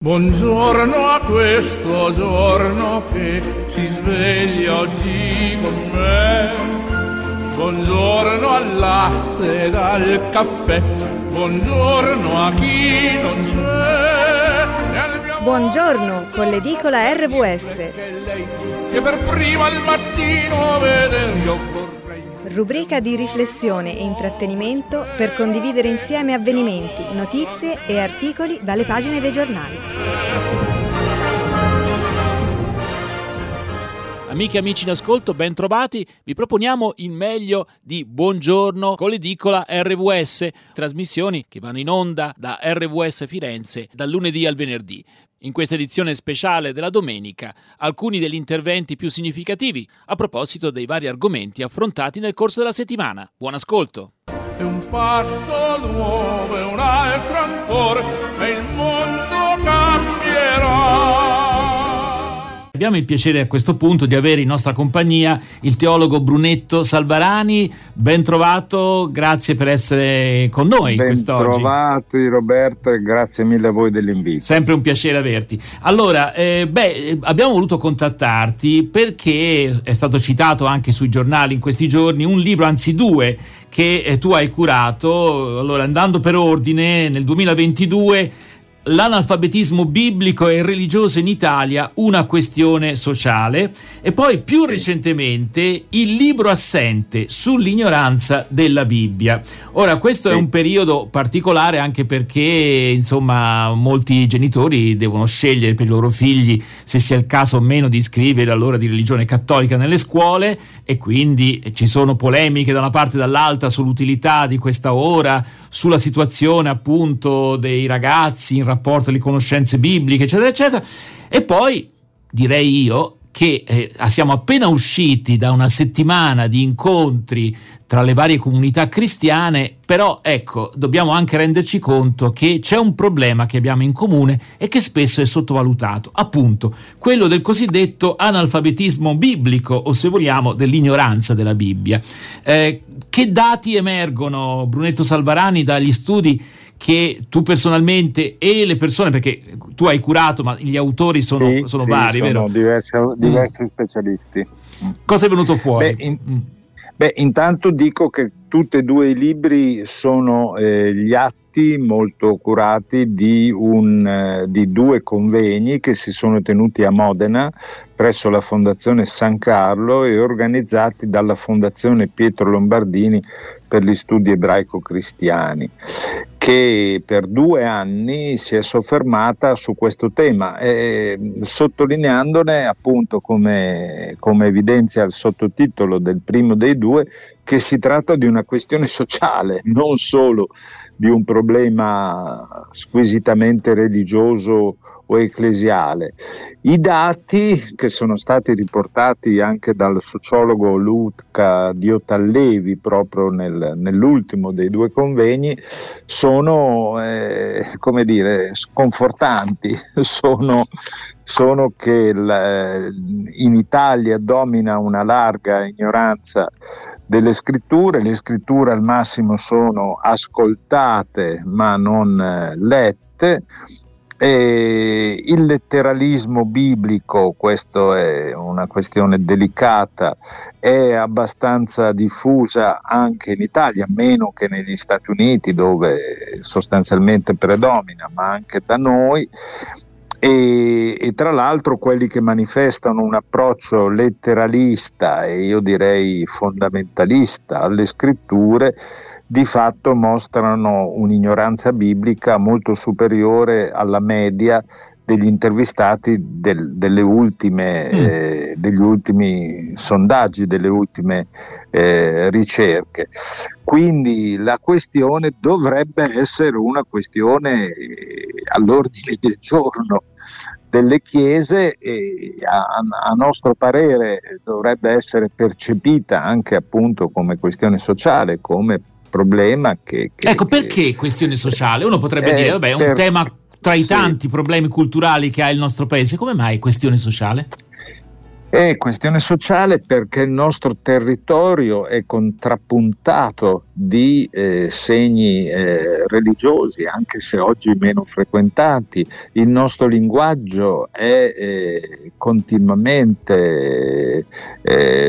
Buongiorno a questo giorno che si sveglia oggi con me. Buongiorno al latte ed al caffè. Buongiorno a chi non c'è. Buongiorno con l'edicola R V S. Che per prima al mattino veder io vorrei. Rubrica di riflessione e intrattenimento per condividere insieme avvenimenti, notizie e articoli dalle pagine dei giornali. Amiche e amici in ascolto, ben trovati. Vi proponiamo il meglio di Buongiorno con l'edicola R V S, trasmissioni che vanno in onda da R V S Firenze dal lunedì al venerdì. In questa edizione speciale della domenica, alcuni degli interventi più significativi a proposito dei vari argomenti affrontati nel corso della settimana. Buon ascolto! È un passo nuovo e un altro ancora e il mondo cambierà. Abbiamo il piacere a questo punto di avere in nostra compagnia il teologo Brunetto Salvarani. Ben trovato, grazie per essere con noi ben quest'oggi. Ben trovati Roberto e grazie mille a voi dell'invito. Sempre un piacere averti. Allora, eh, beh, abbiamo voluto contattarti perché è stato citato anche sui giornali in questi giorni un libro, anzi due, che eh, tu hai curato. Allora, andando per ordine, nel duemilaventidue l'analfabetismo biblico e religioso in Italia, una questione sociale, e poi più recentemente il libro assente sull'ignoranza della Bibbia. Ora, questo sì. È un periodo particolare anche perché insomma molti genitori devono scegliere per i loro figli se sia il caso o meno di iscrivere all'ora di religione cattolica nelle scuole, e quindi ci sono polemiche da una parte e dall'altra sull'utilità di questa ora, sulla situazione appunto dei ragazzi in rapporto alle conoscenze bibliche, eccetera eccetera. E poi direi io che eh, siamo appena usciti da una settimana di incontri tra le varie comunità cristiane, però ecco, dobbiamo anche renderci conto che c'è un problema che abbiamo in comune e che spesso è sottovalutato, appunto quello del cosiddetto analfabetismo biblico, o se vogliamo dell'ignoranza della Bibbia. Eh, che dati emergono, Brunetto Salvarani, dagli studi che tu personalmente e le persone, perché tu hai curato, ma gli autori sono, sì, sono sì, vari, sono vero? Diversi, diversi mm. specialisti. Cosa è venuto fuori? Beh, in, mm. beh, intanto dico che tutti e due i libri sono eh, gli atti molto curati di, un, eh, di due convegni che si sono tenuti a Modena presso la Fondazione San Carlo e organizzati dalla Fondazione Pietro Lombardini per gli studi ebraico-cristiani, che per due anni si è soffermata su questo tema, eh, sottolineandone appunto, come, come evidenzia il sottotitolo del primo dei due, che si tratta di una questione sociale, non solo di un problema squisitamente religioso o ecclesiale. I dati che sono stati riportati anche dal sociologo Luca Diotallevi proprio nel, nell'ultimo dei due convegni sono eh, come dire sconfortanti, sono, sono che la, in Italia domina una larga ignoranza delle scritture, le scritture al massimo sono ascoltate ma non eh, lette. E il letteralismo biblico, questo è una questione delicata, è abbastanza diffusa anche in Italia, meno che negli Stati Uniti dove sostanzialmente predomina, ma anche da noi. E, e tra l'altro quelli che manifestano un approccio letteralista e io direi fondamentalista alle scritture di fatto mostrano un'ignoranza biblica molto superiore alla media degli intervistati del, delle ultime, mm. eh, degli ultimi sondaggi, delle ultime eh, ricerche. Quindi la questione dovrebbe essere una questione eh, all'ordine del giorno delle chiese e a, a nostro parere dovrebbe essere percepita anche appunto come questione sociale, come problema che, che ecco che, perché questione sociale. Uno potrebbe eh, dire vabbè, è un per, tema tra i sì. tanti problemi culturali che ha il nostro paese. Come mai questione sociale? È questione sociale perché il nostro territorio è contrappuntato di eh, segni eh, religiosi, anche se oggi meno frequentati. Il nostro linguaggio è eh, continuamente eh,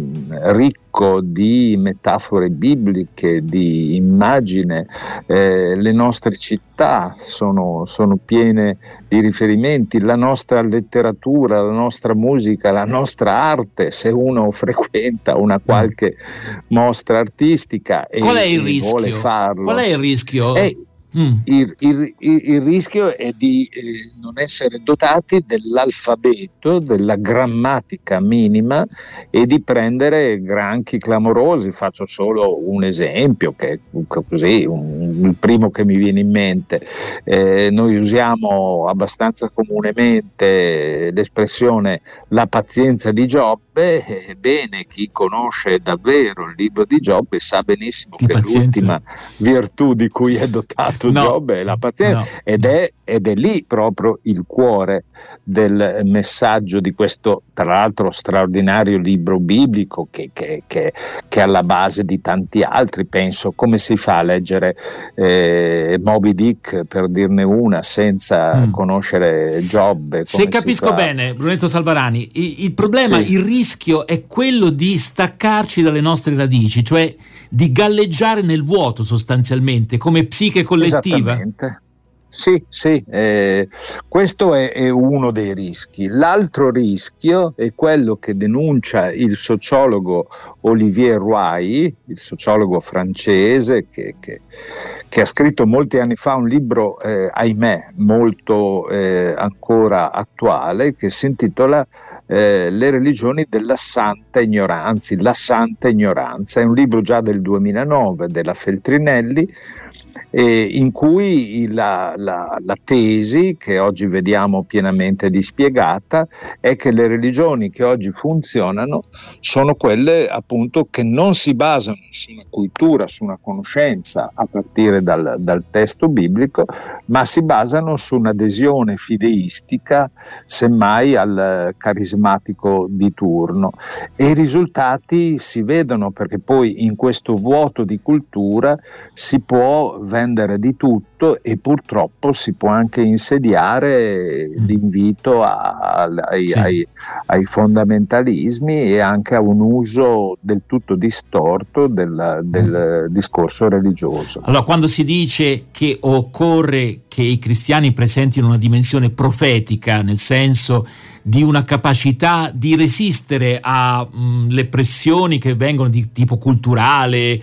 ricco di metafore bibliche, di immagine. Eh, le nostre città sono, sono piene di riferimenti, la nostra letteratura, la nostra musica, la nostra arte, se uno frequenta una qualche mostra artistica e, Qual è il e rischio? vuole farlo. Qual è il rischio? È, Mm. Il, il, il rischio è di eh, non essere dotati dell'alfabeto, della grammatica minima e di prendere granchi clamorosi. Faccio solo un esempio, che è così, un, il primo che mi viene in mente. Eh, noi usiamo abbastanza comunemente l'espressione la pazienza di Giobbe. Ebbene, chi conosce davvero il libro di Giobbe sa benissimo Di che pazienza. l'ultima virtù di cui è dotato No. Giobbe è la pazienza, No. ed è, ed è lì proprio il cuore del messaggio di questo, tra l'altro, straordinario libro biblico che, che, che, che è alla base di tanti altri. Penso, come si fa a leggere eh, Moby Dick, per dirne una, senza mm. conoscere Giobbe? Se capisco bene, Brunetto Salvarani, il, il problema, sì. il rischio è quello di staccarci dalle nostre radici, cioè di galleggiare nel vuoto sostanzialmente, come psiche collettiva. Esattamente. Sì, sì, eh, questo è, è uno dei rischi. L'altro rischio è quello che denuncia il sociologo Olivier Roy, il sociologo francese che, che, che ha scritto molti anni fa un libro, eh, ahimè, molto eh, ancora attuale, che si intitola eh, Le religioni della santa ignoranza, la santa ignoranza. È un libro già del duemilanove della Feltrinelli, eh, in cui la, la, la tesi, che oggi vediamo pienamente dispiegata, è che le religioni che oggi funzionano sono quelle appunto che non si basano su una cultura, su una conoscenza a partire dal, dal testo biblico, ma si basano su un'adesione fideistica, semmai al carismatico di turno. E i risultati si vedono, perché poi in questo vuoto di cultura si può vendere di tutto e purtroppo si può anche insediare l'invito a, ai, sì. ai, ai fondamentalismi e anche a un uso del tutto distorto del, del discorso religioso. Allora, quando si dice che occorre che i cristiani presentino una dimensione profetica, nel senso di una capacità di resistere alle pressioni che vengono di tipo culturale,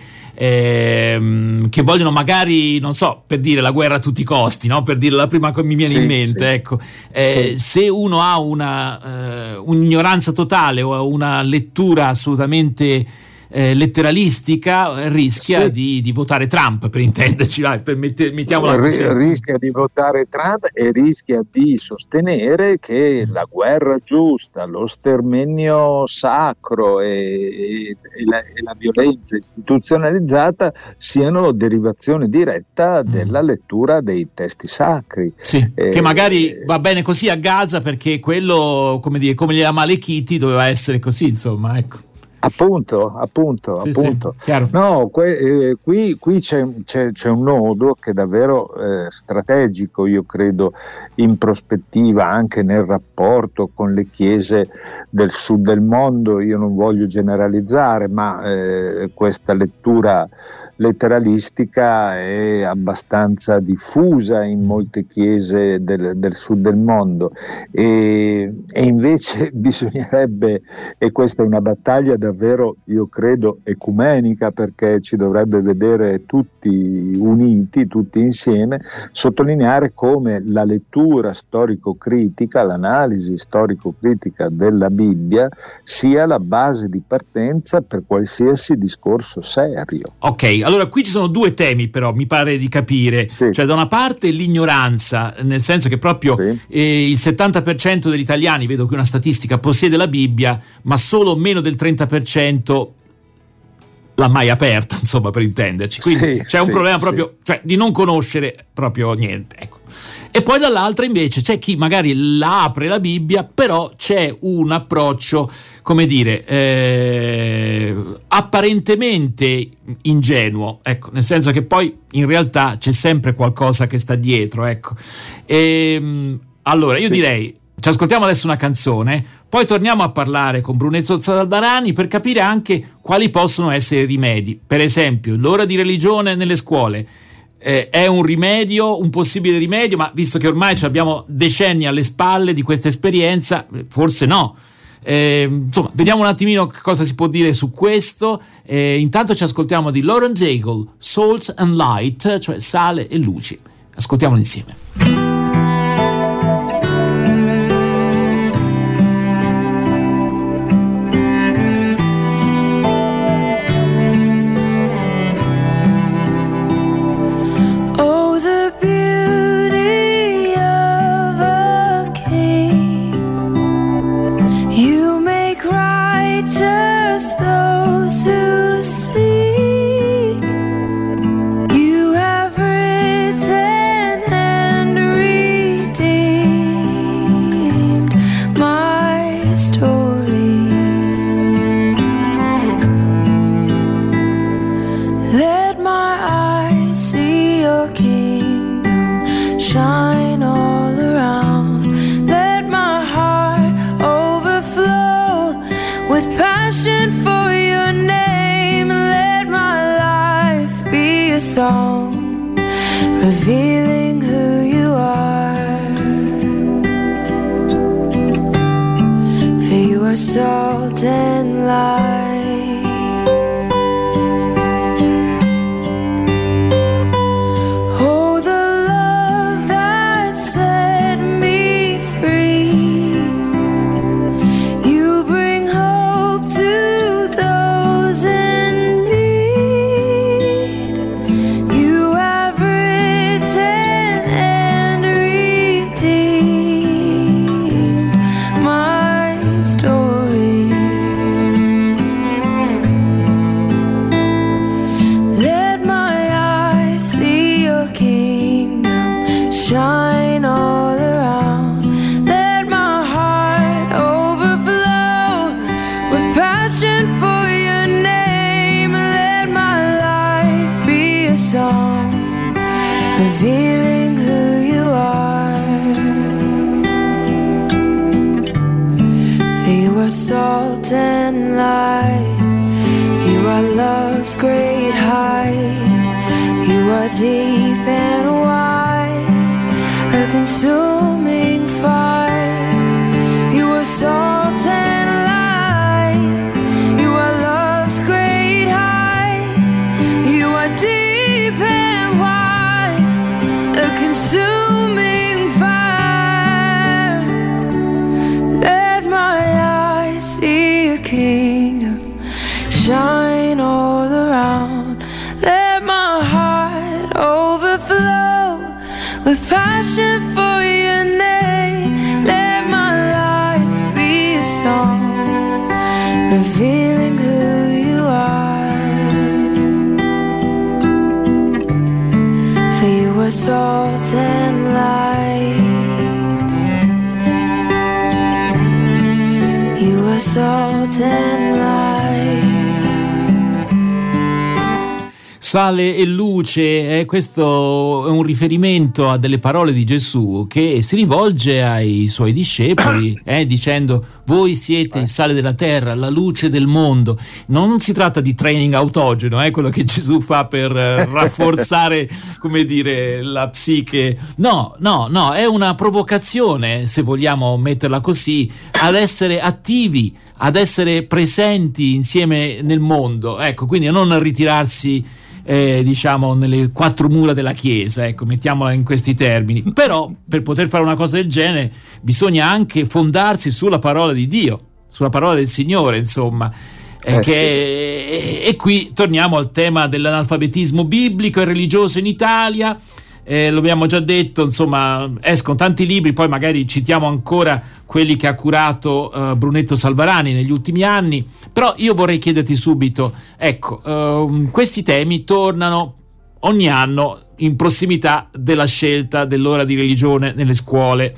ehm, che vogliono magari, non so, per dire la guerra a tutti i costi, no? Per dire la prima che mi viene sì, in mente, sì. ecco, eh, sì. se uno ha una eh, un'ignoranza totale o una lettura assolutamente Eh, letteralistica, rischia sì. di, di votare Trump, per intenderci, vai, per mette, mettiamola così. Rischia di votare Trump e rischia di sostenere che mm. la guerra giusta, lo sterminio sacro e, e, la, e la violenza istituzionalizzata siano derivazione diretta mm. della lettura dei testi sacri. Sì, eh, che magari va bene così a Gaza perché quello, come dire, come gli Amalechiti doveva essere così, insomma, ecco. Appunto, appunto, sì, appunto. Sì, no, que, eh, qui, qui c'è, c'è, c'è un nodo che è davvero eh, strategico, io credo, in prospettiva, anche nel rapporto con le chiese del sud del mondo. Io non voglio generalizzare, ma eh, questa lettura letteralistica è abbastanza diffusa in molte chiese del, del sud del mondo, e, e invece bisognerebbe, e questa è una battaglia davvero, io credo, ecumenica, perché ci dovrebbe vedere tutti uniti, tutti insieme, sottolineare come la lettura storico-critica, l'analisi storico-critica della Bibbia sia la base di partenza per qualsiasi discorso serio. Ok, allora qui ci sono due temi, però mi pare di capire, sì. Cioè da una parte l'ignoranza, nel senso che proprio sì. eh, il settanta per cento degli italiani, vedo qui una statistica, possiede la Bibbia, ma solo meno del trenta per cento l'ha mai aperta, insomma, per intenderci. Quindi sì, c'è un sì, problema sì. proprio, cioè, di non conoscere proprio niente, ecco. E poi dall'altra invece c'è chi magari la apre la Bibbia, però c'è un approccio, come dire, eh, apparentemente ingenuo, ecco, nel senso che poi in realtà c'è sempre qualcosa che sta dietro, ecco. E, allora io sì. direi, ci ascoltiamo adesso una canzone, poi torniamo a parlare con Brunezzo Zalbarani per capire anche quali possono essere i rimedi. Per esempio, l'ora di religione nelle scuole eh, è un rimedio, un possibile rimedio, ma visto che ormai abbiamo decenni alle spalle di questa esperienza, forse no. Eh, insomma, vediamo un attimino cosa si può dire su questo. Eh, intanto ci ascoltiamo di Lauren Daigle, Salt and Light, cioè sale e luci. Ascoltiamolo insieme. Revealing who you are, for you are salt and light. Oh, the love that set me free, you bring hope to those in need. You have written and redeemed my story. Let my eyes see your kingdom shine all around. Let my heart overflow with passion for your name. Let my life be a song revealing who you are. For you are salt and light. You are love's great height. You are deep and wide, a consuming fire. You are salt and light. You are love's great height. You are deep and wide, a consuming fire. Let my eyes see your kingdom shine all around. Let my heart overflow with passion for your name. Let my life be a song revealing who you are. For you are salt and light. You are salt and light. Sale e luce, eh, questo è un riferimento a delle parole di Gesù che si rivolge ai suoi discepoli eh, dicendo: voi siete il sale della terra, la luce del mondo. Non si tratta di training autogeno, eh, quello che Gesù fa per eh, rafforzare, come dire, la psiche. No, no, no, è una provocazione, se vogliamo metterla così, ad essere attivi, ad essere presenti insieme nel mondo, ecco, quindi a non ritirarsi Eh, diciamo nelle quattro mura della chiesa, ecco, mettiamola in questi termini. Però per poter fare una cosa del genere bisogna anche fondarsi sulla parola di Dio, sulla parola del Signore, insomma. Eh, eh, che sì. e, e qui torniamo al tema dell'analfabetismo biblico e religioso in Italia. eh, lo abbiamo già detto, insomma escono tanti libri, poi magari citiamo ancora quelli che ha curato uh, Brunetto Salvarani negli ultimi anni, però io vorrei chiederti subito, ecco, uh, questi temi tornano ogni anno in prossimità della scelta dell'ora di religione nelle scuole.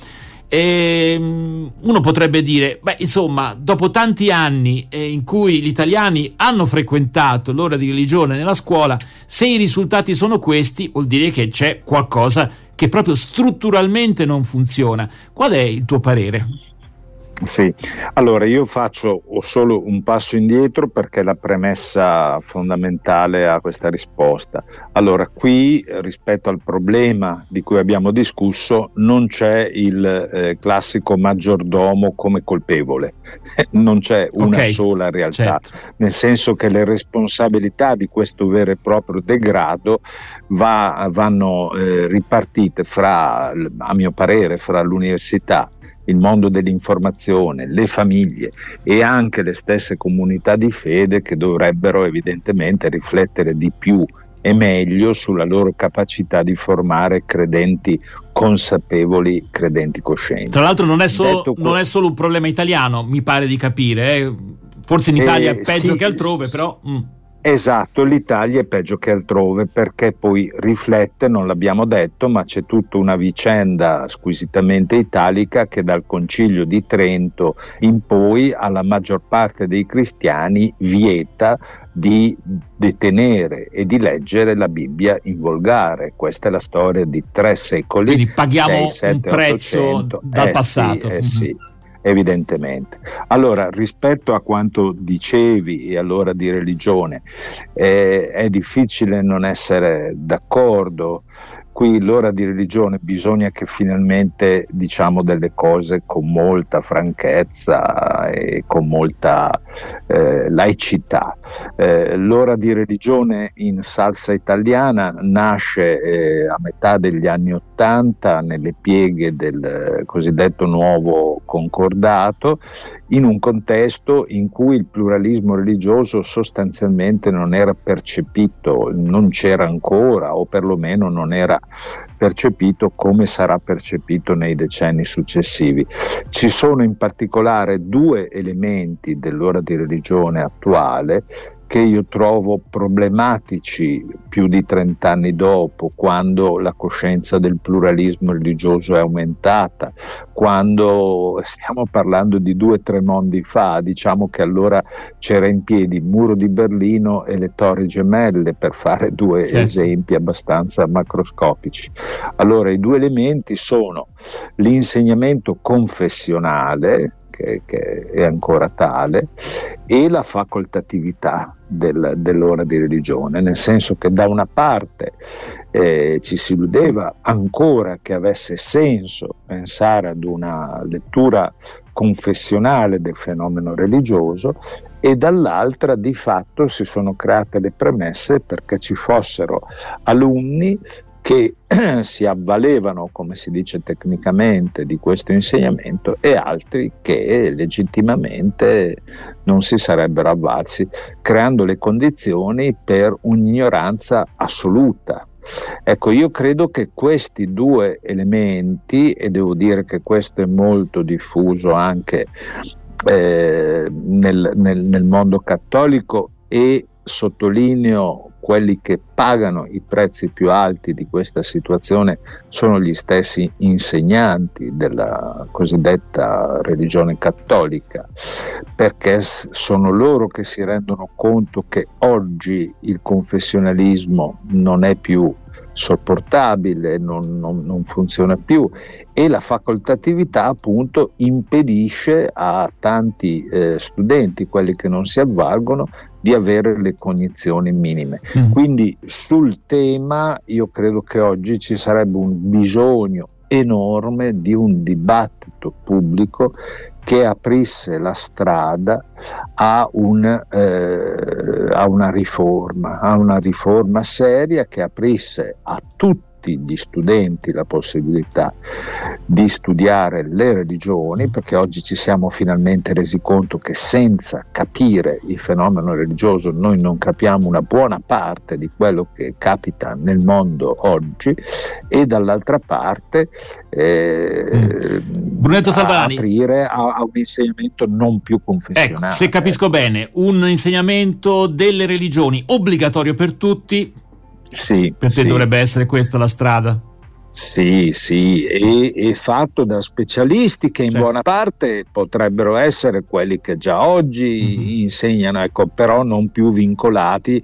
E uno potrebbe dire, beh, insomma, dopo tanti anni eh, in cui gli italiani hanno frequentato l'ora di religione nella scuola, se i risultati sono questi, vuol dire che c'è qualcosa che proprio strutturalmente non funziona. Qual è il tuo parere? Sì, allora io faccio solo un passo indietro perché è la premessa fondamentale a questa risposta. Allora, qui rispetto al problema di cui abbiamo discusso non c'è il eh, classico maggiordomo come colpevole, non c'è una okay, sola realtà, certo. Nel senso che le responsabilità di questo vero e proprio degrado va, vanno eh, ripartite fra, a mio parere, fra l'università, il mondo dell'informazione, le famiglie e anche le stesse comunità di fede, che dovrebbero evidentemente riflettere di più e meglio sulla loro capacità di formare credenti consapevoli, credenti coscienti. Tra l'altro non è solo, Detto non è solo un problema italiano, mi pare di capire, eh? Forse in Italia eh, è peggio sì, che altrove, sì, però... Mm. Esatto, l'Italia è peggio che altrove perché poi riflette, non l'abbiamo detto, ma c'è tutta una vicenda squisitamente italica che dal Concilio di Trento in poi alla maggior parte dei cristiani vieta di detenere e di leggere la Bibbia in volgare. Questa è la storia di tre secoli. Quindi paghiamo sei, sette, un prezzo ottocento. dal eh passato. Sì, eh sì. Evidentemente. Allora, rispetto a quanto dicevi e all'ora di religione, eh, è difficile non essere d'accordo. Qui l'ora di religione bisogna che finalmente diciamo delle cose con molta franchezza e con molta eh, laicità. Eh, l'ora di religione in salsa italiana nasce eh, a metà degli anni Ottanta nelle pieghe del eh, cosiddetto nuovo concordato, in un contesto in cui il pluralismo religioso sostanzialmente non era percepito, non c'era ancora, o perlomeno non era percepito come sarà percepito nei decenni successivi. Ci sono in particolare due elementi dell'ora di religione attuale che io trovo problematici più di trent'anni dopo, quando la coscienza del pluralismo religioso è aumentata, quando stiamo parlando di due o tre mondi fa, diciamo che allora c'era in piedi il muro di Berlino e le torri gemelle, per fare due certo. esempi abbastanza macroscopici. Allora i due elementi sono l'insegnamento confessionale, Che, che è ancora tale, e la facoltatività del, dell'ora di religione, nel senso che da una parte eh, ci si illudeva ancora che avesse senso pensare ad una lettura confessionale del fenomeno religioso, e dall'altra di fatto si sono create le premesse perché ci fossero alunni che si avvalevano, come si dice tecnicamente, di questo insegnamento, e altri che legittimamente non si sarebbero avvalsi, creando le condizioni per un'ignoranza assoluta. Ecco, io credo che questi due elementi, e devo dire che questo è molto diffuso anche eh, nel, nel, nel mondo cattolico, e sottolineo quelli che pagano i prezzi più alti di questa situazione sono gli stessi insegnanti della cosiddetta religione cattolica, perché sono loro che si rendono conto che oggi il confessionalismo non è più sopportabile, non, non, non funziona più, e la facoltatività appunto impedisce a tanti eh, studenti, quelli che non si avvalgono, di avere le cognizioni minime. Mm. Quindi sul tema io credo che oggi ci sarebbe un bisogno enorme di un dibattito pubblico che aprisse la strada a, un, eh, a una riforma, a una riforma seria che aprisse a tutti tutti gli studenti la possibilità di studiare le religioni, perché oggi ci siamo finalmente resi conto che senza capire il fenomeno religioso noi non capiamo una buona parte di quello che capita nel mondo oggi, e dall'altra parte eh, mm. Brunetto Salvarani, aprire a, a un insegnamento non più confessionale. Ecco, se capisco bene, un insegnamento delle religioni obbligatorio per tutti. Sì, per te sì. Dovrebbe essere questa la strada. Sì, sì, e, e fatto da specialisti che in certo. buona parte potrebbero essere quelli che già oggi mm-hmm. insegnano, ecco, però non più vincolati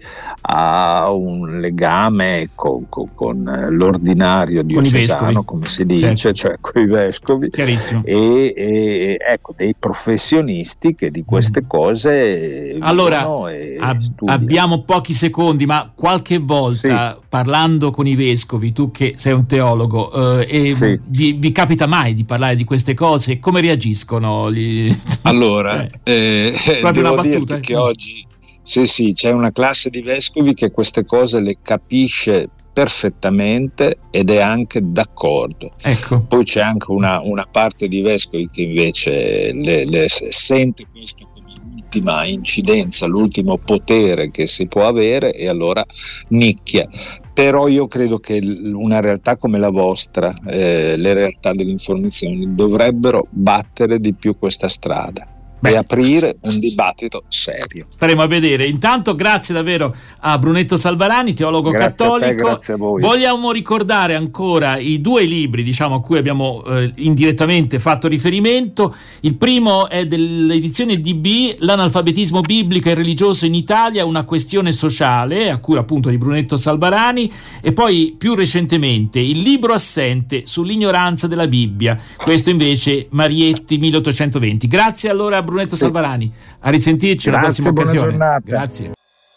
a un legame con, con, con l'ordinario diocesano, come si dice, certo. cioè con i vescovi, e, e ecco, dei professionisti che di queste mm. cose allora e ab- abbiamo pochi secondi, ma qualche volta sì. parlando con i vescovi, tu che sei un teologo, Uh, e sì. vi, vi capita mai di parlare di queste cose? Come reagiscono? Gli... Allora, eh, proprio devo una battuta che oggi sì, sì, c'è una classe di vescovi che queste cose le capisce perfettamente ed è anche d'accordo. Ecco. Poi c'è anche una, una parte di vescovi che invece le, le sente questo come l'ultima incidenza, l'ultimo potere che si può avere, e allora nicchia. Però io credo che una realtà come la vostra, eh, le realtà dell'informazione, dovrebbero battere di più questa strada. Beh. E aprire un dibattito serio. Staremo a vedere. Intanto grazie davvero a Brunetto Salvarani, teologo grazie cattolico. A te, grazie a voi. Vogliamo ricordare ancora i due libri, diciamo, a cui abbiamo eh, indirettamente fatto riferimento. Il primo è dell'edizione D B, L'analfabetismo biblico e religioso in Italia, una questione sociale, a cura appunto di Brunetto Salvarani, e poi più recentemente Il libro assente sull'ignoranza della Bibbia. Questo invece Marietti milleottocentoventi. Grazie allora a Brunetto sì. Salvarani, a risentirci alla prossima occasione. Giornata. Grazie.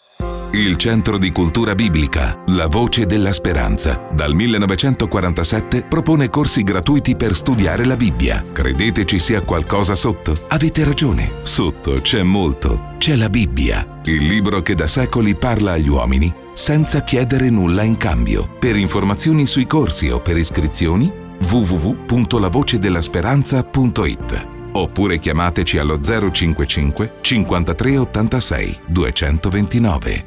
Il Centro di Cultura Biblica, La Voce della Speranza, dal millenovecentoquarantasette propone corsi gratuiti per studiare la Bibbia. Credete ci sia qualcosa sotto? Avete ragione, sotto c'è molto. C'è la Bibbia, il libro che da secoli parla agli uomini senza chiedere nulla in cambio. Per informazioni sui corsi o per iscrizioni, w w w punto la voce della speranza punto i t. Oppure chiamateci allo zero cinquantacinque cinquantatré ottantasei duecentoventinove.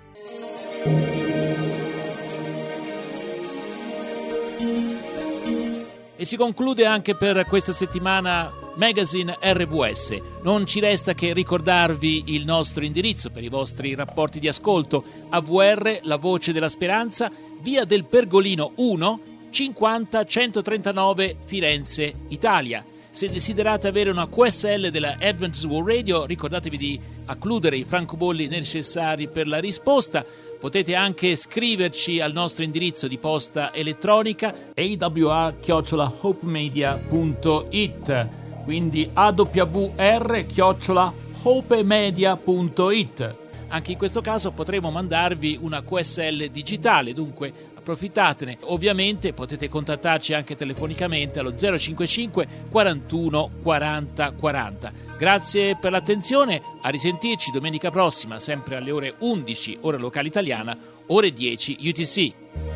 E si conclude anche per questa settimana Magazine R V S. Non ci resta che ricordarvi il nostro indirizzo per i vostri rapporti di ascolto: A V R, La Voce della Speranza, via del Pergolino uno, cinquanta centotrentanove, Firenze, Italia. Se desiderate avere una Q S L della Adventist World Radio, ricordatevi di accludere i francobolli necessari per la risposta. Potete anche scriverci al nostro indirizzo di posta elettronica a w r chiocciola hopemedia punto i t, quindi a w r chiocciola hopemedia punto i t. Anche in questo caso potremo mandarvi una Q S L digitale, dunque approfittatene. Ovviamente potete contattarci anche telefonicamente allo zero cinquantacinque quarantuno quaranta quaranta. Grazie per l'attenzione, a risentirci domenica prossima, sempre alle ore undici, ora locale italiana, ore dieci U T C.